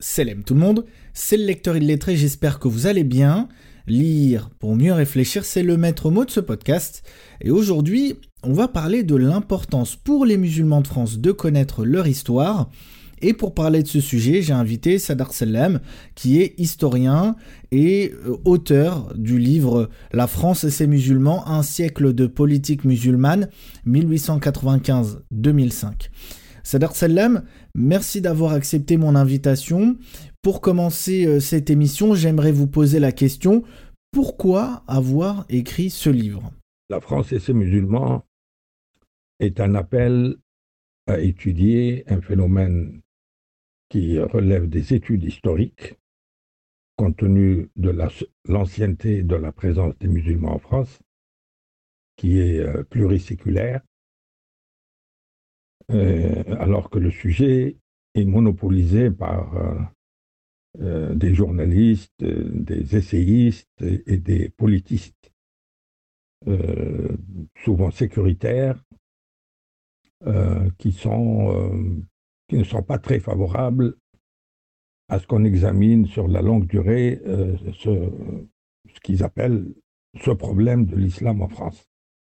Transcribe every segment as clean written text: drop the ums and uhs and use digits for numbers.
Salam tout le monde, c'est le lecteur illettré, j'espère que vous allez bien. Lire pour mieux réfléchir, c'est le maître mot de ce podcast. Et aujourd'hui, on va parler de l'importance pour les musulmans de France de connaître leur histoire. Et pour parler de ce sujet, j'ai invité Sadr Salem, qui est historien et auteur du livre « La France et ses musulmans, un siècle de politique musulmane, 1895-2005 ». Sadr Salem, merci d'avoir accepté mon invitation. Pour commencer cette émission, j'aimerais vous poser la question, pourquoi avoir écrit ce livre ? La France et ses musulmans est un appel à étudier un phénomène qui relève des études historiques, compte tenu de l'ancienneté de la présence des musulmans en France, qui est pluriséculaire, alors que le sujet est monopolisé par des journalistes, des essayistes et des politistes, souvent sécuritaires, qui ne sont pas très favorables à ce qu'on examine sur la longue durée ce qu'ils appellent ce problème de l'islam en France.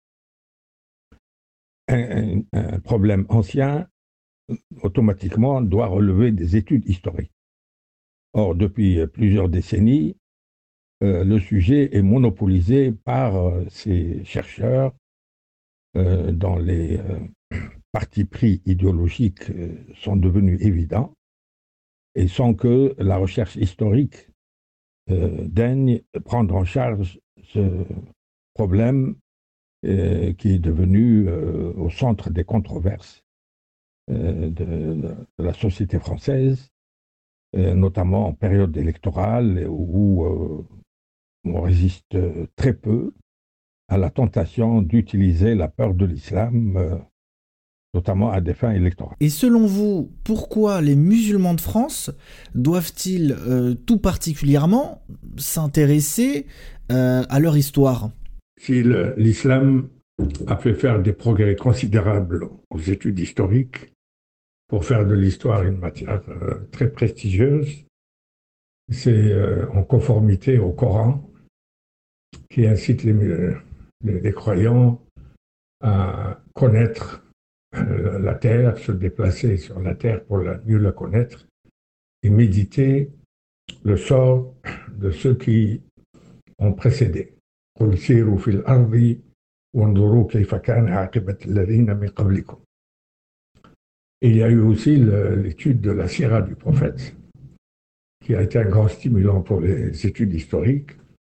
Un problème ancien, automatiquement, doit relever des études historiques. Or, depuis plusieurs décennies, le sujet est monopolisé par ces chercheurs dont les partis pris idéologiques sont devenus évidents et sans que la recherche historique daigne prendre en charge ce problème qui est devenu au centre des controverses de la société française, notamment en période électorale où on résiste très peu à la tentation d'utiliser la peur de l'islam, notamment à des fins électorales. Et selon vous, pourquoi les musulmans de France doivent-ils tout particulièrement s'intéresser à leur histoire ? Si l'islam a fait faire des progrès considérables aux études historiques pour faire de l'histoire une matière très prestigieuse, c'est en conformité au Coran qui incite les croyants à connaître la terre, se déplacer sur la terre pour mieux la connaître et méditer le sort de ceux qui ont précédé. قل سيروا في الأرض وانظروا كيف كان عاقبة الذين من قبلكم. Il y a eu aussi l'étude de la Sira du prophète, qui a été un grand stimulant pour les études historiques.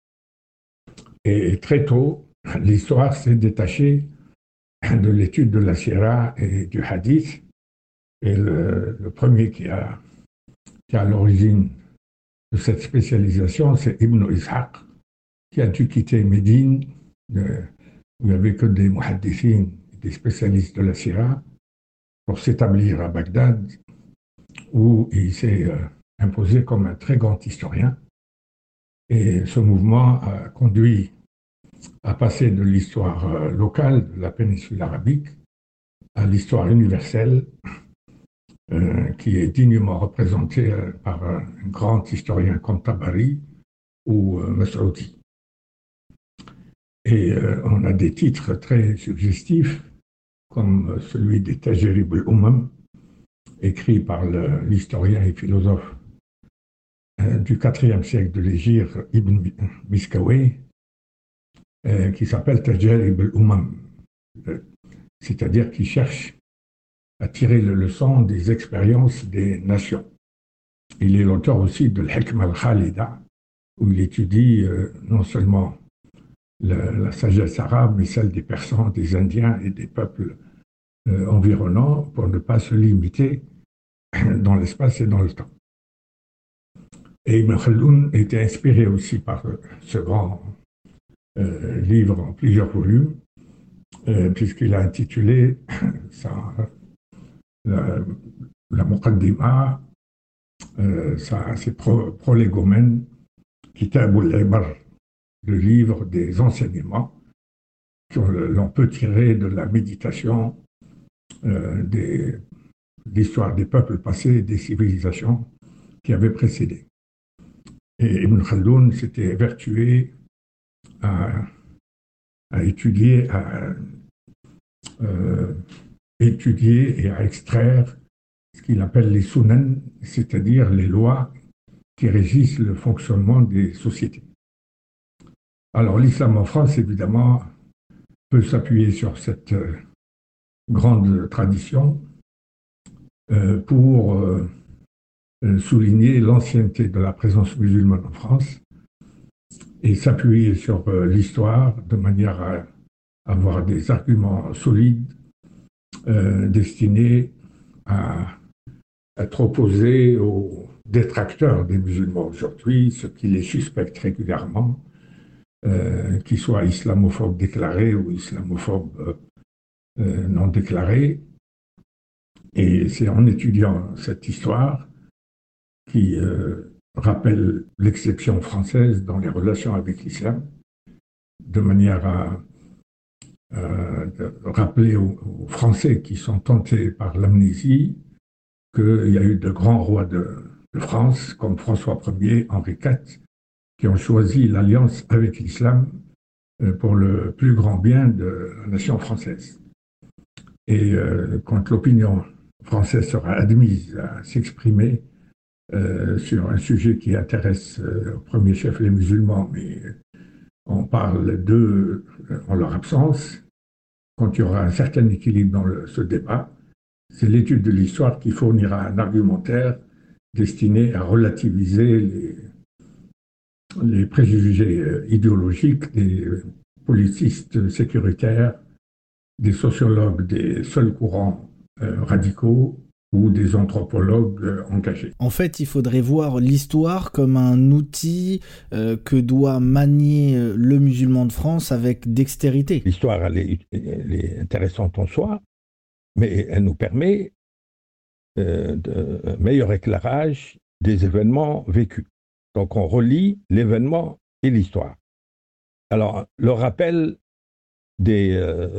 Et très tôt, l'histoire s'est détachée de l'étude de la Sira et du Hadith. Et le premier qui a à l'origine de cette spécialisation, c'est Ibn Ishaq, qui a dû quitter Médine, où il n'y avait que des muhaddithines, des spécialistes de la Sira, pour s'établir à Bagdad, où il s'est imposé comme un très grand historien. Et ce mouvement a conduit à passer de l'histoire locale de la péninsule arabique à l'histoire universelle, qui est dignement représentée par un grand historien comme Tabari ou Mas'oudi. Et on a des titres très suggestifs, comme celui des Tajarib al-Umam, écrit par l'historien et philosophe du IVe siècle de l'Hégire, Ibn Miskawayh, qui s'appelle Tajarib al-Umam, c'est-à-dire qui cherche à tirer les leçons des expériences des nations. Il est l'auteur aussi de l'Hikma al-Khalida, où il étudie non seulement la sagesse arabe, mais celle des Persans, des Indiens et des peuples environnants, pour ne pas se limiter dans l'espace et dans le temps. Et Ibn Khaldoun était inspiré aussi par ce grand livre en plusieurs volumes, puisqu'il a intitulé la Muqaddima, c'est Prolégomène, Kitab al-Ibar, le livre des enseignements que l'on peut tirer de la méditation de l'histoire des peuples passés et des civilisations qui avaient précédé. Et Ibn Khaldoun s'était évertué à étudier, étudier et à extraire ce qu'il appelle les sunan, c'est-à-dire les lois qui régissent le fonctionnement des sociétés. Alors l'islam en France, évidemment, peut s'appuyer sur cette grande tradition pour souligner l'ancienneté de la présence musulmane en France et s'appuyer sur l'histoire de manière à avoir des arguments solides destinés à être opposés aux détracteurs des musulmans aujourd'hui, ceux qui les suspectent régulièrement, qu'ils soient islamophobes déclarés ou islamophobes non déclarés. Et c'est en étudiant cette histoire qui rappelle l'exception française dans les relations avec l'islam, de manière à rappeler aux Français qui sont tentés par l'amnésie qu'il y a eu de grands rois de France, comme François Ier, Henri IV, qui ont choisi l'alliance avec l'islam pour le plus grand bien de la nation française. Et quand l'opinion française sera admise à s'exprimer sur un sujet qui intéresse au premier chef les musulmans, mais on parle d'eux en leur absence, quand il y aura un certain équilibre dans ce débat, c'est l'étude de l'histoire qui fournira un argumentaire destiné à relativiser les préjugés idéologiques des politistes sécuritaires, des sociologues des seuls courants radicaux ou des anthropologues engagés. En fait, il faudrait voir l'histoire comme un outil que doit manier le musulman de France avec dextérité. L'histoire, elle est intéressante en soi, mais elle nous permet un meilleur éclairage des événements vécus. Donc on relie l'événement et l'histoire. Alors, le rappel des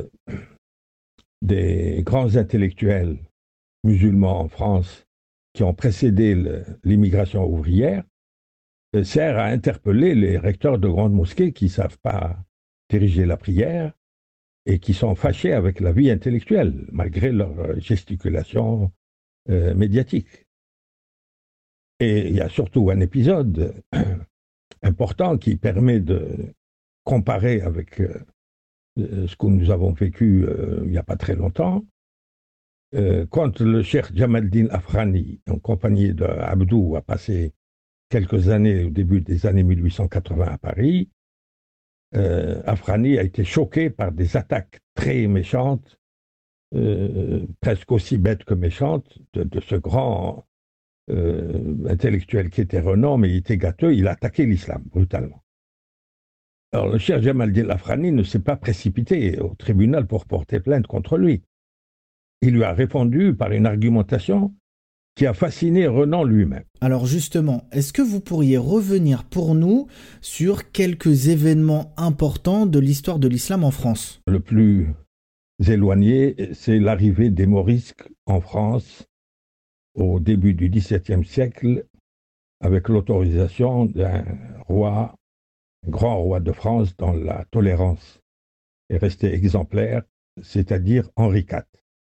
grands intellectuels musulmans en France qui ont précédé l'immigration ouvrière sert à interpeller les recteurs de grandes mosquées qui ne savent pas diriger la prière et qui sont fâchés avec la vie intellectuelle, malgré leur gesticulation médiatique. Et il y a surtout un épisode important qui permet de comparer avec ce que nous avons vécu il n'y a pas très longtemps. Quand le cheikh Jamaldin Afrani, en compagnie d'Abdou, a passé quelques années au début des années 1880 à Paris, Afrani a été choqué par des attaques très méchantes, presque aussi bêtes que méchantes, de ce grand intellectuel qui était renom, mais il était gâteux, il a attaqué l'islam brutalement. Alors le cheikh Jamaldin Afrani ne s'est pas précipité au tribunal pour porter plainte contre lui. Il lui a répondu par une argumentation qui a fasciné Renan lui-même. Alors justement, est-ce que vous pourriez revenir pour nous sur quelques événements importants de l'histoire de l'islam en France ? Le plus éloigné, c'est l'arrivée des Morisques en France au début du XVIIe siècle, avec l'autorisation d'un roi, grand roi de France, dont la tolérance est restée exemplaire, c'est-à-dire Henri IV.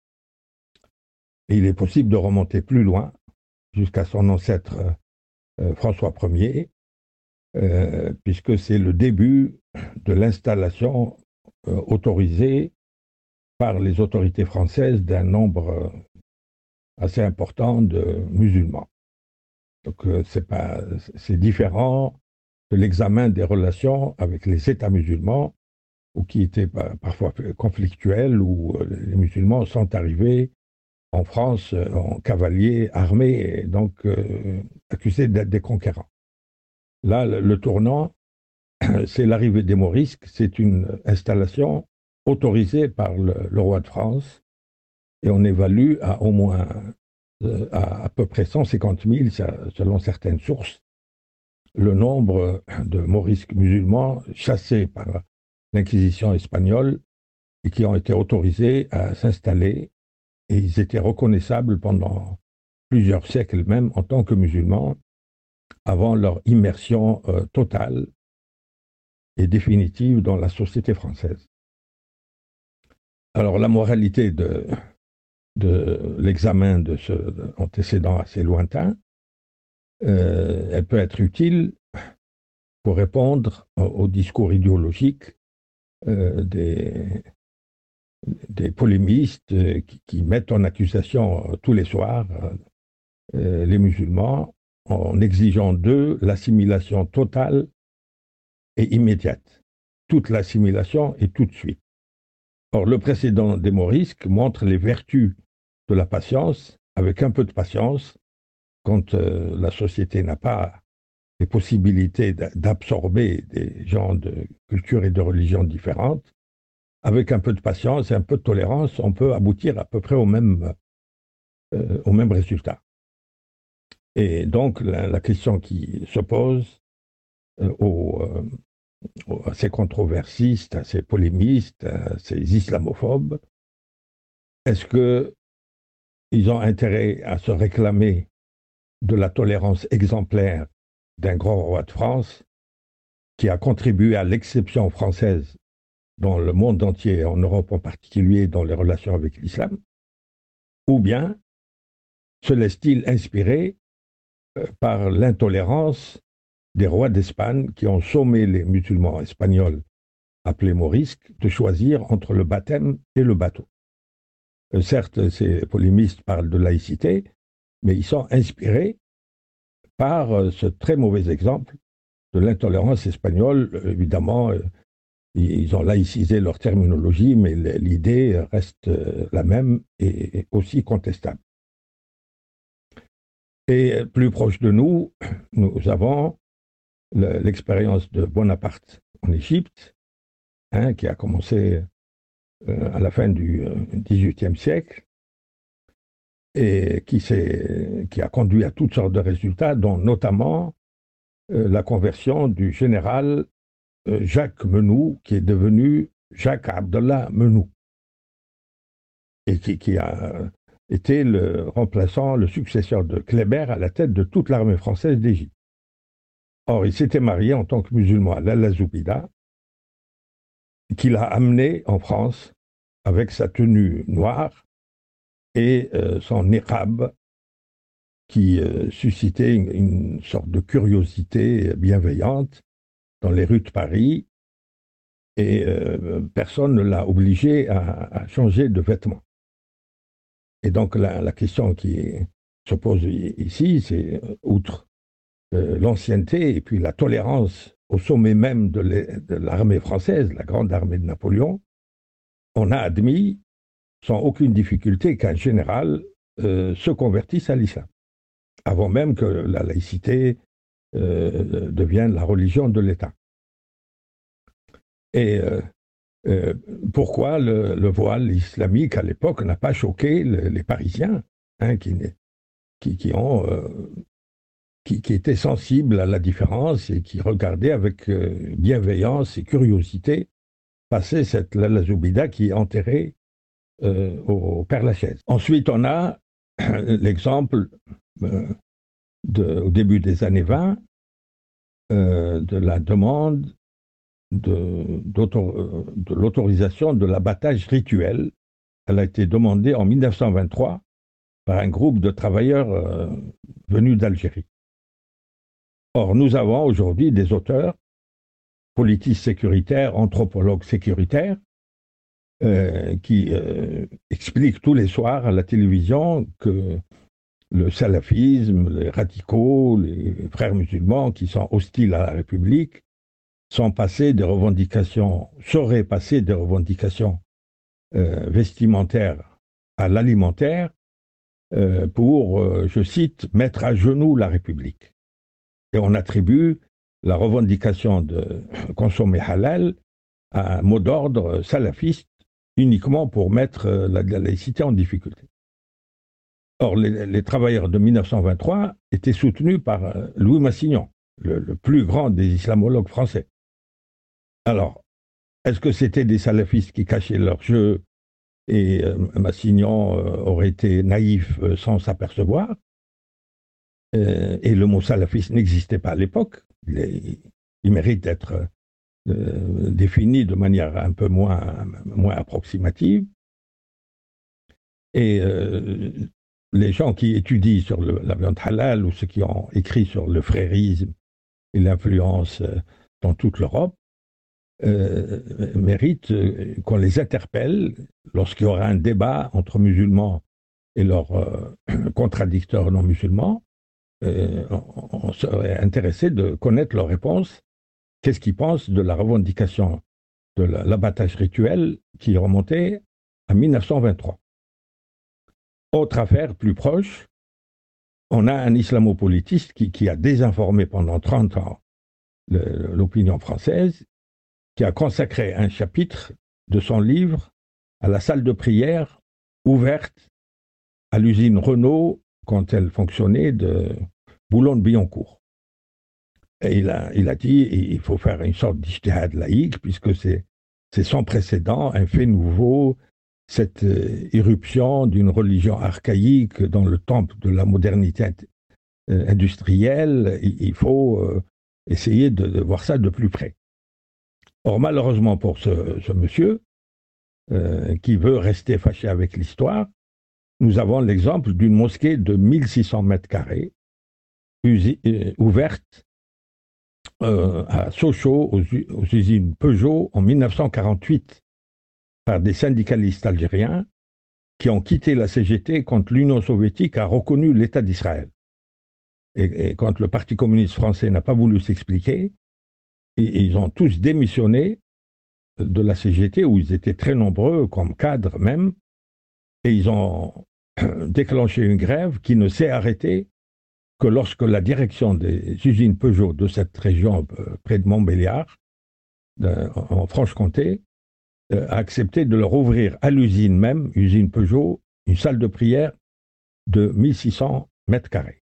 Et il est possible de remonter plus loin, jusqu'à son ancêtre François Ier, puisque c'est le début de l'installation autorisée par les autorités françaises d'un nombre assez important de musulmans. Donc c'est différent de l'examen des relations avec les États musulmans, ou qui étaient parfois conflictuels, où les musulmans sont arrivés en France en cavaliers armés et donc accusés d'être des conquérants. Là, le tournant, c'est l'arrivée des Morisques, c'est une installation autorisée par le roi de France, et on évalue à au moins à peu près 150 000, selon certaines sources, le nombre de Morisques musulmans chassés par l'Inquisition espagnole et qui ont été autorisés à s'installer. Et ils étaient reconnaissables pendant plusieurs siècles même en tant que musulmans. avant leur immersion totale et définitive dans la société française. Alors la moralité de l'examen de ce antécédent assez lointain, elle peut être utile pour répondre au discours idéologique des polémistes qui mettent en accusation tous les soirs les musulmans en exigeant d'eux l'assimilation totale et immédiate. Toute l'assimilation et tout de suite. Or, le précédent des morisques montre les vertus de la patience, avec un peu de patience, quand la société n'a pas les possibilités d'absorber des gens de culture et de religion différentes. Avec un peu de patience et un peu de tolérance, on peut aboutir à peu près au même résultat. Et donc, la question qui se pose à ces controversistes, à ces polémistes, à ces islamophobes, est-ce qu'ils ont intérêt à se réclamer de la tolérance exemplaire d'un grand roi de France qui a contribué à l'exception française dans le monde entier, en Europe en particulier, dans les relations avec l'islam, ou bien se laisse-t-il inspirer par l'intolérance des rois d'Espagne qui ont sommé les musulmans espagnols, appelés morisques, de choisir entre le baptême et le bateau. Certes, ces polémistes parlent de laïcité, mais ils sont inspirés par ce très mauvais exemple de l'intolérance espagnole. Évidemment, ils ont laïcisé leur terminologie, mais l'idée reste la même et aussi contestable. Et plus proche de nous, nous avons l'expérience de Bonaparte en Égypte, qui a commencé à la fin du XVIIIe siècle et qui a conduit à toutes sortes de résultats, dont notamment la conversion du général Jacques Menou, qui est devenu Jacques Abdallah Menou, et qui a été le successeur de Kléber à la tête de toute l'armée française d'Égypte. Or, il s'était marié en tant que musulman à Lalla Zoubida, qu'il a amené en France avec sa tenue noire et son niqab qui suscitait une sorte de curiosité bienveillante dans les rues de Paris, et personne ne l'a obligé à changer de vêtements. Et donc la question qui se pose ici, c'est outre l'ancienneté et puis la tolérance au sommet même de l'armée française, la grande armée de Napoléon, on a admis sans aucune difficulté qu'un général se convertisse à l'islam, avant même que la laïcité devienne la religion de l'État. Et pourquoi le voile islamique à l'époque n'a pas choqué les Parisiens, qui étaient sensibles à la différence et qui regardaient avec bienveillance et curiosité passer cette Lalla Zoubida qui est enterrée au Père-Lachaise. Ensuite, on a l'exemple au début des années 20 de la demande de l'autorisation de l'abattage rituel. Elle a été demandée en 1923 par un groupe de travailleurs venus d'Algérie. Or, nous avons aujourd'hui des auteurs, politistes sécuritaires, anthropologues sécuritaires, qui expliquent tous les soirs à la télévision que le salafisme, les radicaux, les frères musulmans qui sont hostiles à la République seraient passés des revendications vestimentaires à l'alimentaire pour, je cite, mettre à genoux la République. Et on attribue la revendication de consommer halal à un mot d'ordre salafiste uniquement pour mettre la laïcité en difficulté. Or, les travailleurs de 1923 étaient soutenus par Louis Massignon, le plus grand des islamologues français. Alors, est-ce que c'était des salafistes qui cachaient leur jeu et Massignon aurait été naïf sans s'apercevoir? et le mot salafiste n'existait pas à l'époque. Il mérite d'être défini de manière un peu moins approximative. Et les gens qui étudient sur la viande halal ou ceux qui ont écrit sur le frérisme et l'influence dans toute l'Europe méritent qu'on les interpelle lorsqu'il y aura un débat entre musulmans et leurs contradicteurs non musulmans. On serait intéressé de connaître leur réponse. Qu'est-ce qu'ils pensent de la revendication de l'abattage rituel qui remontait à 1923. Autre affaire plus proche, on a un islamopolitiste qui a désinformé pendant 30 ans l'opinion française, qui a consacré un chapitre de son livre à la salle de prière ouverte à l'usine Renault quand elle fonctionnait de Boulogne-Billancourt. Et il a dit il faut faire une sorte d'ijtihad laïque, puisque c'est sans précédent, un fait nouveau, cette irruption d'une religion archaïque dans le temple de la modernité industrielle. Il faut essayer de voir ça de plus près. Or, malheureusement pour ce monsieur, qui veut rester fâché avec l'histoire, nous avons l'exemple d'une mosquée de 1600 mètres carrés, ouverte à Sochaux, aux usines Peugeot, en 1948, par des syndicalistes algériens qui ont quitté la CGT quand l'Union soviétique a reconnu l'État d'Israël. Et quand le Parti communiste français n'a pas voulu s'expliquer, ils ont tous démissionné de la CGT, où ils étaient très nombreux, comme cadres même, et ils ont déclenché une grève qui ne s'est arrêtée que lorsque la direction des usines Peugeot de cette région près de Montbéliard, en Franche-Comté, a accepté de leur ouvrir à l'usine même, usine Peugeot, une salle de prière de 1600 mètres carrés.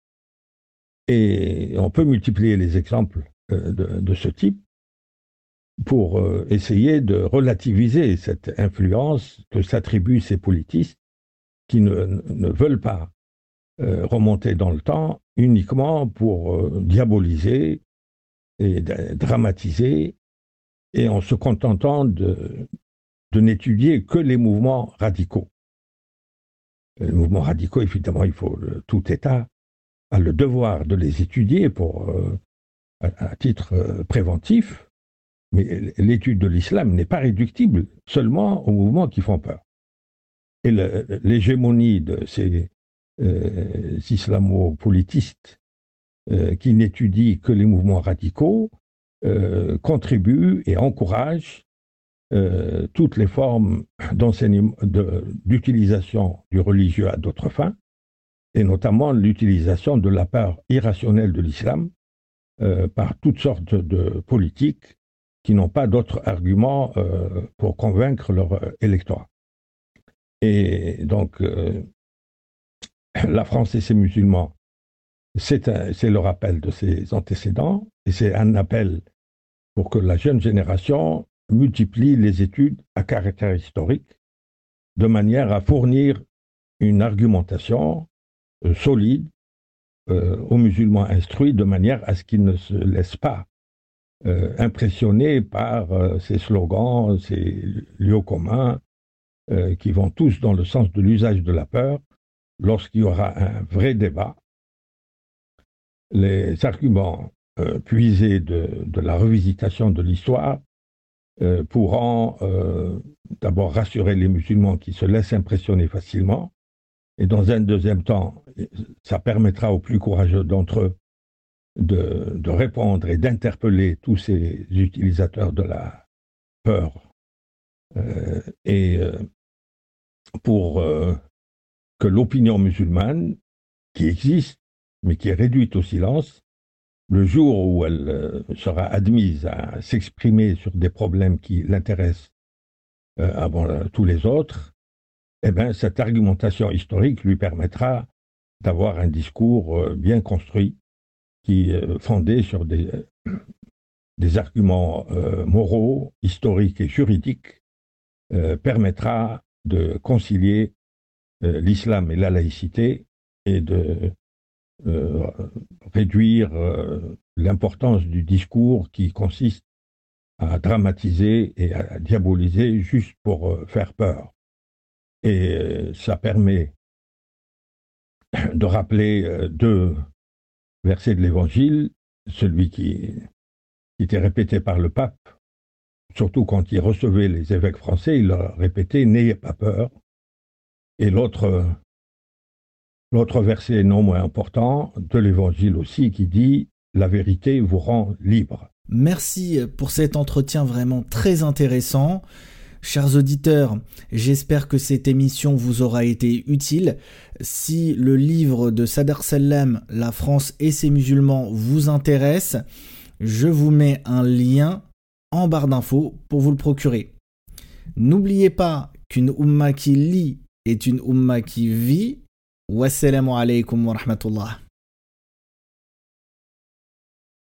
Et on peut multiplier les exemples de ce type pour essayer de relativiser cette influence que s'attribuent ces politistes qui ne veulent pas remonter dans le temps uniquement pour diaboliser et dramatiser, et en se contentant de n'étudier que les mouvements radicaux. Les mouvements radicaux, évidemment, tout État a le devoir de les étudier à titre préventif, mais l'étude de l'islam n'est pas réductible seulement aux mouvements qui font peur. Et l'hégémonie de ces islamopolitistes qui n'étudient que les mouvements radicaux contribue et encourage toutes les formes d'utilisation du religieux à d'autres fins, et notamment l'utilisation de la peur irrationnelle de l'islam par toutes sortes de politiques qui n'ont pas d'autres arguments pour convaincre leur électorat. Et donc, la France et ses musulmans, c'est le rappel de ses antécédents, et c'est un appel pour que la jeune génération multiplie les études à caractère historique, de manière à fournir une argumentation solide aux musulmans instruits, de manière à ce qu'ils ne se laissent pas impressionner par ces slogans, ces lieux communs, qui vont tous dans le sens de l'usage de la peur. Lorsqu'il y aura un vrai débat, les arguments puisés de la revisitation de l'histoire pourront d'abord rassurer les musulmans qui se laissent impressionner facilement, et dans un deuxième temps, ça permettra aux plus courageux d'entre eux de répondre et d'interpeller tous ces utilisateurs de la peur, pour que l'opinion musulmane, qui existe, mais qui est réduite au silence, le jour où elle sera admise à s'exprimer sur des problèmes qui l'intéressent avant tous les autres, eh bien, cette argumentation historique lui permettra d'avoir un discours bien construit, qui est fondé sur des arguments moraux, historiques et juridiques, permettra de concilier l'islam et la laïcité, et de réduire l'importance du discours qui consiste à dramatiser et à diaboliser juste pour faire peur. Et ça permet de rappeler deux versets de l'Évangile, celui qui était répété par le pape, surtout quand il recevait les évêques français, il leur répétait « N'ayez pas peur ». Et l'autre verset non moins important de l'Évangile aussi qui dit « La vérité vous rend libre ». Merci pour cet entretien vraiment très intéressant. Chers auditeurs, j'espère que cette émission vous aura été utile. Si le livre de Sadr Salem, La France et ses musulmans, vous intéresse, je vous mets un lien en barre d'infos pour vous le procurer. N'oubliez pas qu'une umma qui lit est une umma qui vit. Wassalamu alaikum wa rahmatullah.